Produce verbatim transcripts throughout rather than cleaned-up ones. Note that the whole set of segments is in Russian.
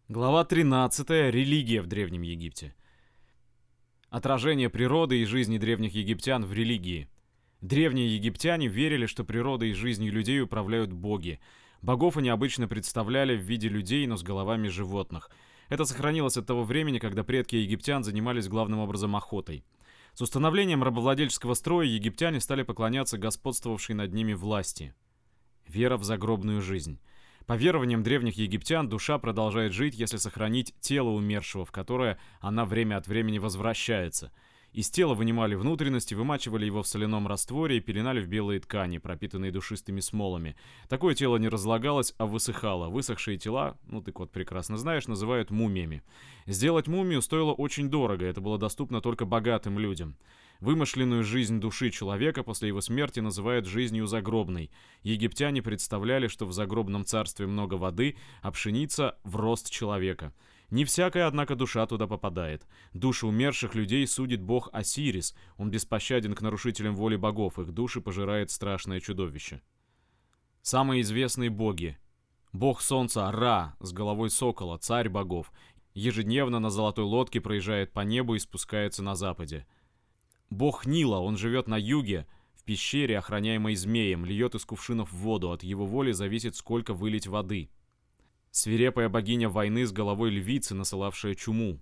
Глава тринадцатая. Религия в Древнем Египте. Отражение природы и жизни древних египтян в религии. Древние египтяне верили, что природой и жизнью людей управляют боги. Богов они обычно представляли в виде людей, но с головами животных. Это сохранилось от того времени, когда предки египтян занимались главным образом охотой. С установлением рабовладельческого строя египтяне стали поклоняться господствовавшей над ними власти. Вера в загробную жизнь. По верованиям древних египтян, душа продолжает жить, если сохранить тело умершего, в которое она время от времени возвращается. Из тела вынимали внутренности, вымачивали его в соляном растворе и пеленали в белые ткани, пропитанные душистыми смолами. Такое тело не разлагалось, а высыхало. Высохшие тела, ну ты, кот, прекрасно знаешь, называют мумиями. Сделать мумию стоило очень дорого, это было доступно только богатым людям. Вымышленную жизнь души человека после его смерти называют жизнью загробной. Египтяне представляли, что в загробном царстве много воды, а пшеница в рост человека. Не всякая, однако, душа туда попадает. Души умерших людей судит бог Осирис. Он беспощаден к нарушителям воли богов, их души пожирает страшное чудовище. Самые известные боги. Бог солнца Ра с головой сокола, царь богов. Ежедневно на золотой лодке проезжает по небу и спускается на западе. Бог Нила, он живет на юге, в пещере, охраняемой змеем, льет из кувшинов воду, от его воли зависит, сколько вылить воды. Свирепая богиня войны с головой львицы, насылавшая чуму.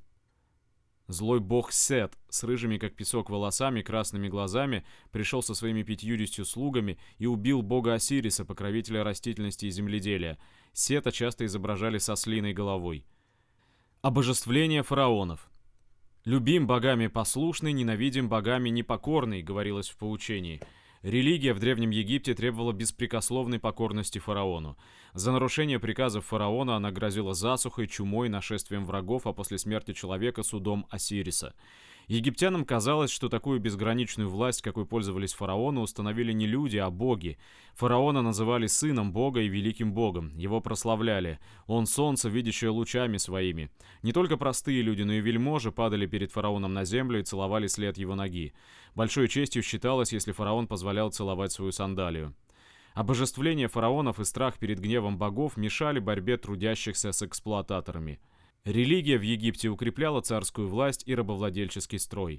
Злой бог Сет, с рыжими как песок волосами, красными глазами, пришел со своими пятьюдесятью слугами и убил бога Осириса, покровителя растительности и земледелия. Сета часто изображали со ослиной головой. Обожествление фараонов. «Любим богами послушный, ненавидим богами непокорный», говорилось в поучении. Религия в Древнем Египте требовала беспрекословной покорности фараону. За нарушение приказов фараона она грозила засухой, чумой, нашествием врагов, а после смерти человека судом Осириса. Египтянам казалось, что такую безграничную власть, какой пользовались фараоны, установили не люди, а боги. Фараона называли сыном бога и великим богом. Его прославляли. Он солнце, видящее лучами своими. Не только простые люди, но и вельможи падали перед фараоном на землю и целовали след его ноги. Большой честью считалось, если фараон позволял целовать свою сандалию. Обожествление фараонов и страх перед гневом богов мешали борьбе трудящихся с эксплуататорами. Религия в Египте укрепляла царскую власть и рабовладельческий строй.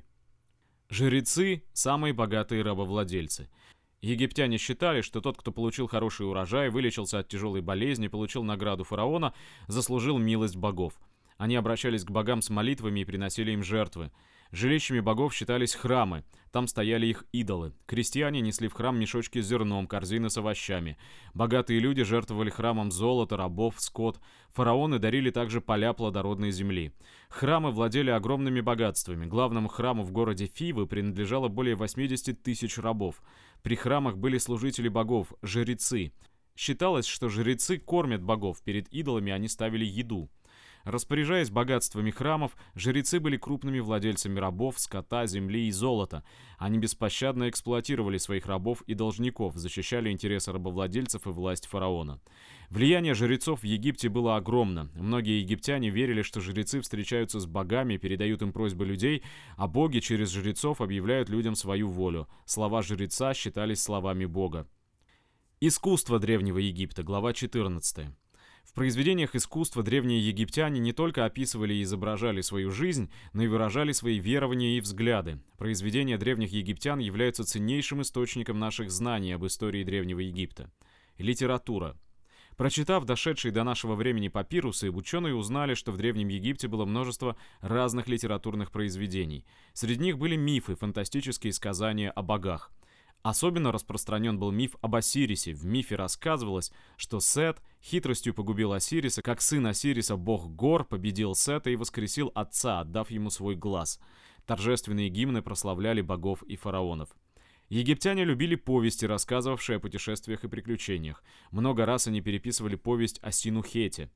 Жрецы – самые богатые рабовладельцы. Египтяне считали, что тот, кто получил хороший урожай, вылечился от тяжелой болезни, получил награду фараона, заслужил милость богов. Они обращались к богам с молитвами и приносили им жертвы. Жилищами богов считались храмы, там стояли их идолы. Крестьяне несли в храм мешочки с зерном, корзины с овощами. Богатые люди жертвовали храмам золото, рабов, скот. Фараоны дарили также поля плодородной земли. Храмы владели огромными богатствами. Главному храму в городе Фивы принадлежало более восемьдесят тысяч рабов. При храмах были служители богов, жрецы. Считалось, что жрецы кормят богов, перед идолами они ставили еду. Распоряжаясь богатствами храмов, жрецы были крупными владельцами рабов, скота, земли и золота. Они беспощадно эксплуатировали своих рабов и должников, защищали интересы рабовладельцев и власть фараона. Влияние жрецов в Египте было огромно. Многие египтяне верили, что жрецы встречаются с богами, передают им просьбы людей, а боги через жрецов объявляют людям свою волю. Слова жреца считались словами бога. Искусство Древнего Египта, глава четырнадцатая. В произведениях искусства древние египтяне не только описывали и изображали свою жизнь, но и выражали свои верования и взгляды. Произведения древних египтян являются ценнейшим источником наших знаний об истории Древнего Египта. Литература. Прочитав дошедшие до нашего времени папирусы, ученые узнали, что в Древнем Египте было множество разных литературных произведений. Среди них были мифы, фантастические сказания о богах. Особенно распространен был миф об Осирисе. В мифе рассказывалось, что Сет хитростью погубил Осириса, как сын Осириса, бог гор, победил Сета и воскресил отца, отдав ему свой глаз. Торжественные гимны прославляли богов и фараонов. Египтяне любили повести, рассказывавшие о путешествиях и приключениях. Много раз они переписывали повесть о Синухете.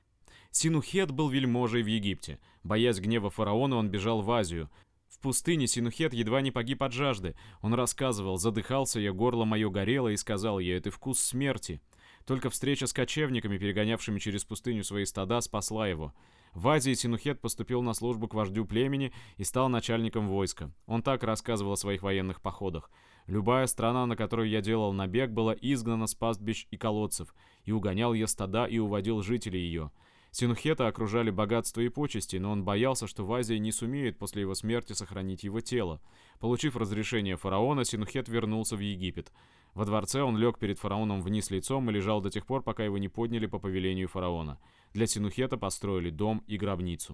Синухет был вельможей в Египте. Боясь гнева фараона, он бежал в Азию. В пустыне Синухет едва не погиб от жажды. Он рассказывал: «Задыхался я, горло мое горело, и сказал я, это вкус смерти». Только встреча с кочевниками, перегонявшими через пустыню свои стада, спасла его. В Азии Синухет поступил на службу к вождю племени и стал начальником войска. Он так рассказывал о своих военных походах. «Любая страна, на которую я делал набег, была изгнана с пастбищ и колодцев, и угонял я стада и уводил жителей ее. Синухета окружали богатство и почести, но он боялся, что Вазия не сумеет после его смерти сохранить его тело. Получив разрешение фараона, Синухет вернулся в Египет. Во дворце он лег перед фараоном вниз лицом и лежал до тех пор, пока его не подняли по повелению фараона. Для Синухета построили дом и гробницу.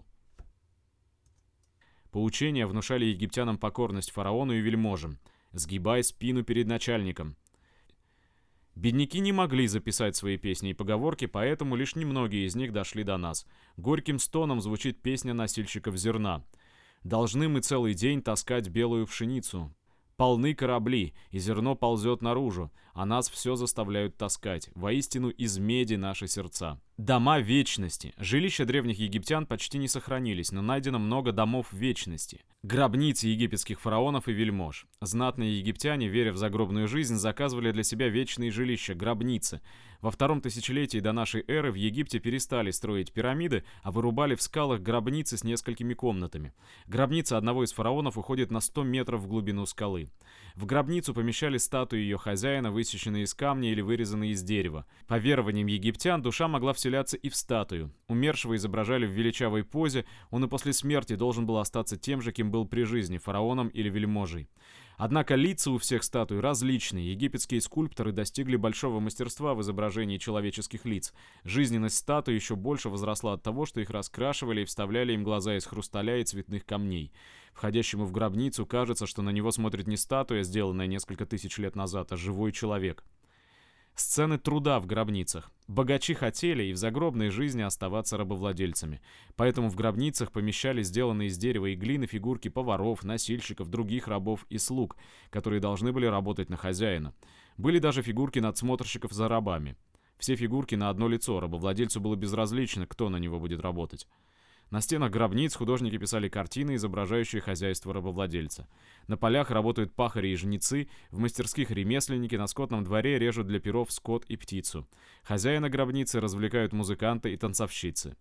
Поучения внушали египтянам покорность фараону и вельможам. «Сгибай спину перед начальником». Бедняки не могли записать свои песни и поговорки, поэтому лишь немногие из них дошли до нас. Горьким стоном звучит песня носильщиков зерна. «Должны мы целый день таскать белую пшеницу. Полны корабли, и зерно ползет наружу, а нас все заставляют таскать. Воистину из меди наши сердца». Дома вечности. Жилища древних египтян почти не сохранились, но найдено много домов вечности. Гробницы египетских фараонов и вельмож. Знатные египтяне, веря в загробную жизнь, заказывали для себя вечные жилища, гробницы. Во втором тысячелетии до нашей эры в Египте перестали строить пирамиды, а вырубали в скалах гробницы с несколькими комнатами. Гробница одного из фараонов уходит на сто метров в глубину скалы. В гробницу помещали статуи ее хозяина, высеченные из камня или вырезанные из дерева. По верованиям египтян, душа могла вселяться и в статую. Умершего изображали в величавой позе, он и после смерти должен был остаться тем же, кем был при жизни, фараоном или вельможей. Однако лица у всех статуй различные. Египетские скульпторы достигли большого мастерства в изображении человеческих лиц. Жизненность статуй еще больше возросла от того, что их раскрашивали и вставляли им глаза из хрусталя и цветных камней. Входящему в гробницу кажется, что на него смотрит не статуя, сделанная несколько тысяч лет назад, а живой человек. Сцены труда в гробницах. Богачи хотели и в загробной жизни оставаться рабовладельцами. Поэтому в гробницах помещали сделанные из дерева и глины фигурки поваров, носильщиков, других рабов и слуг, которые должны были работать на хозяина. Были даже фигурки надсмотрщиков за рабами. Все фигурки на одно лицо, рабовладельцу было безразлично, кто на него будет работать. На стенах гробниц художники писали картины, изображающие хозяйство рабовладельца. На полях работают пахари и жнецы, в мастерских ремесленники, на скотном дворе режут для пиров скот и птицу. Хозяина гробницы развлекают музыканты и танцовщицы.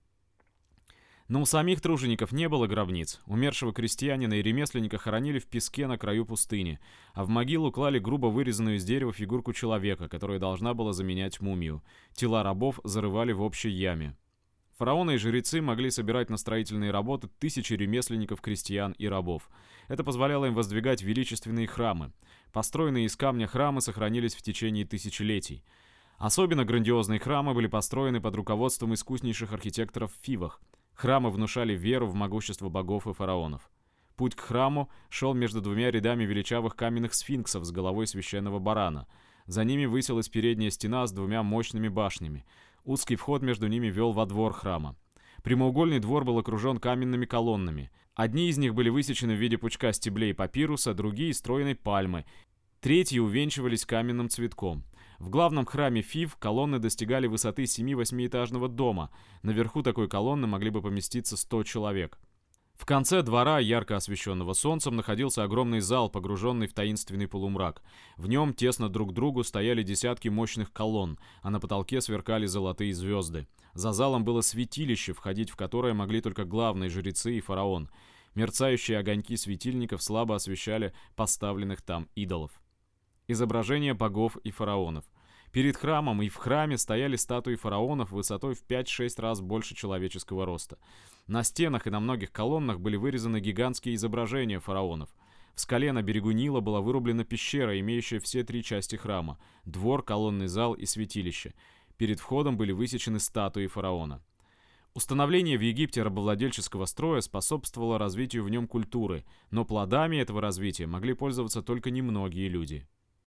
Но у самих тружеников не было гробниц. Умершего крестьянина и ремесленника хоронили в песке на краю пустыни, а в могилу клали грубо вырезанную из дерева фигурку человека, которая должна была заменять мумию. Тела рабов зарывали в общей яме. Фараоны и жрецы могли собирать на строительные работы тысячи ремесленников, крестьян и рабов. Это позволяло им воздвигать величественные храмы. Построенные из камня храмы сохранились в течение тысячелетий. Особенно грандиозные храмы были построены под руководством искуснейших архитекторов в Фивах. Храмы внушали веру в могущество богов и фараонов. Путь к храму шел между двумя рядами величавых каменных сфинксов с головой священного барана. За ними высилась передняя стена с двумя мощными башнями. Узкий вход между ними вел во двор храма. Прямоугольный двор был окружен каменными колоннами. Одни из них были высечены в виде пучка стеблей папируса, другие — из стройной пальмы. Третьи увенчивались каменным цветком. В главном храме Фив колонны достигали высоты семи-восьмиэтажного дома. Наверху такой колонны могли бы поместиться сто человек. В конце двора, ярко освещенного солнцем, находился огромный зал, погруженный в таинственный полумрак. В нем тесно друг к другу стояли десятки мощных колонн, а на потолке сверкали золотые звезды. За залом было святилище, входить в которое могли только главные жрецы и фараон. Мерцающие огоньки светильников слабо освещали поставленных там идолов. Изображения богов и фараонов. Перед храмом и в храме стояли статуи фараонов высотой в пять-шесть раз больше человеческого роста. На стенах и на многих колоннах были вырезаны гигантские изображения фараонов. В скале на берегу Нила была вырублена пещера, имеющая все три части храма – двор, колонный зал и святилище. Перед входом были высечены статуи фараона. Установление в Египте рабовладельческого строя способствовало развитию в нем культуры, но плодами этого развития могли пользоваться только немногие люди.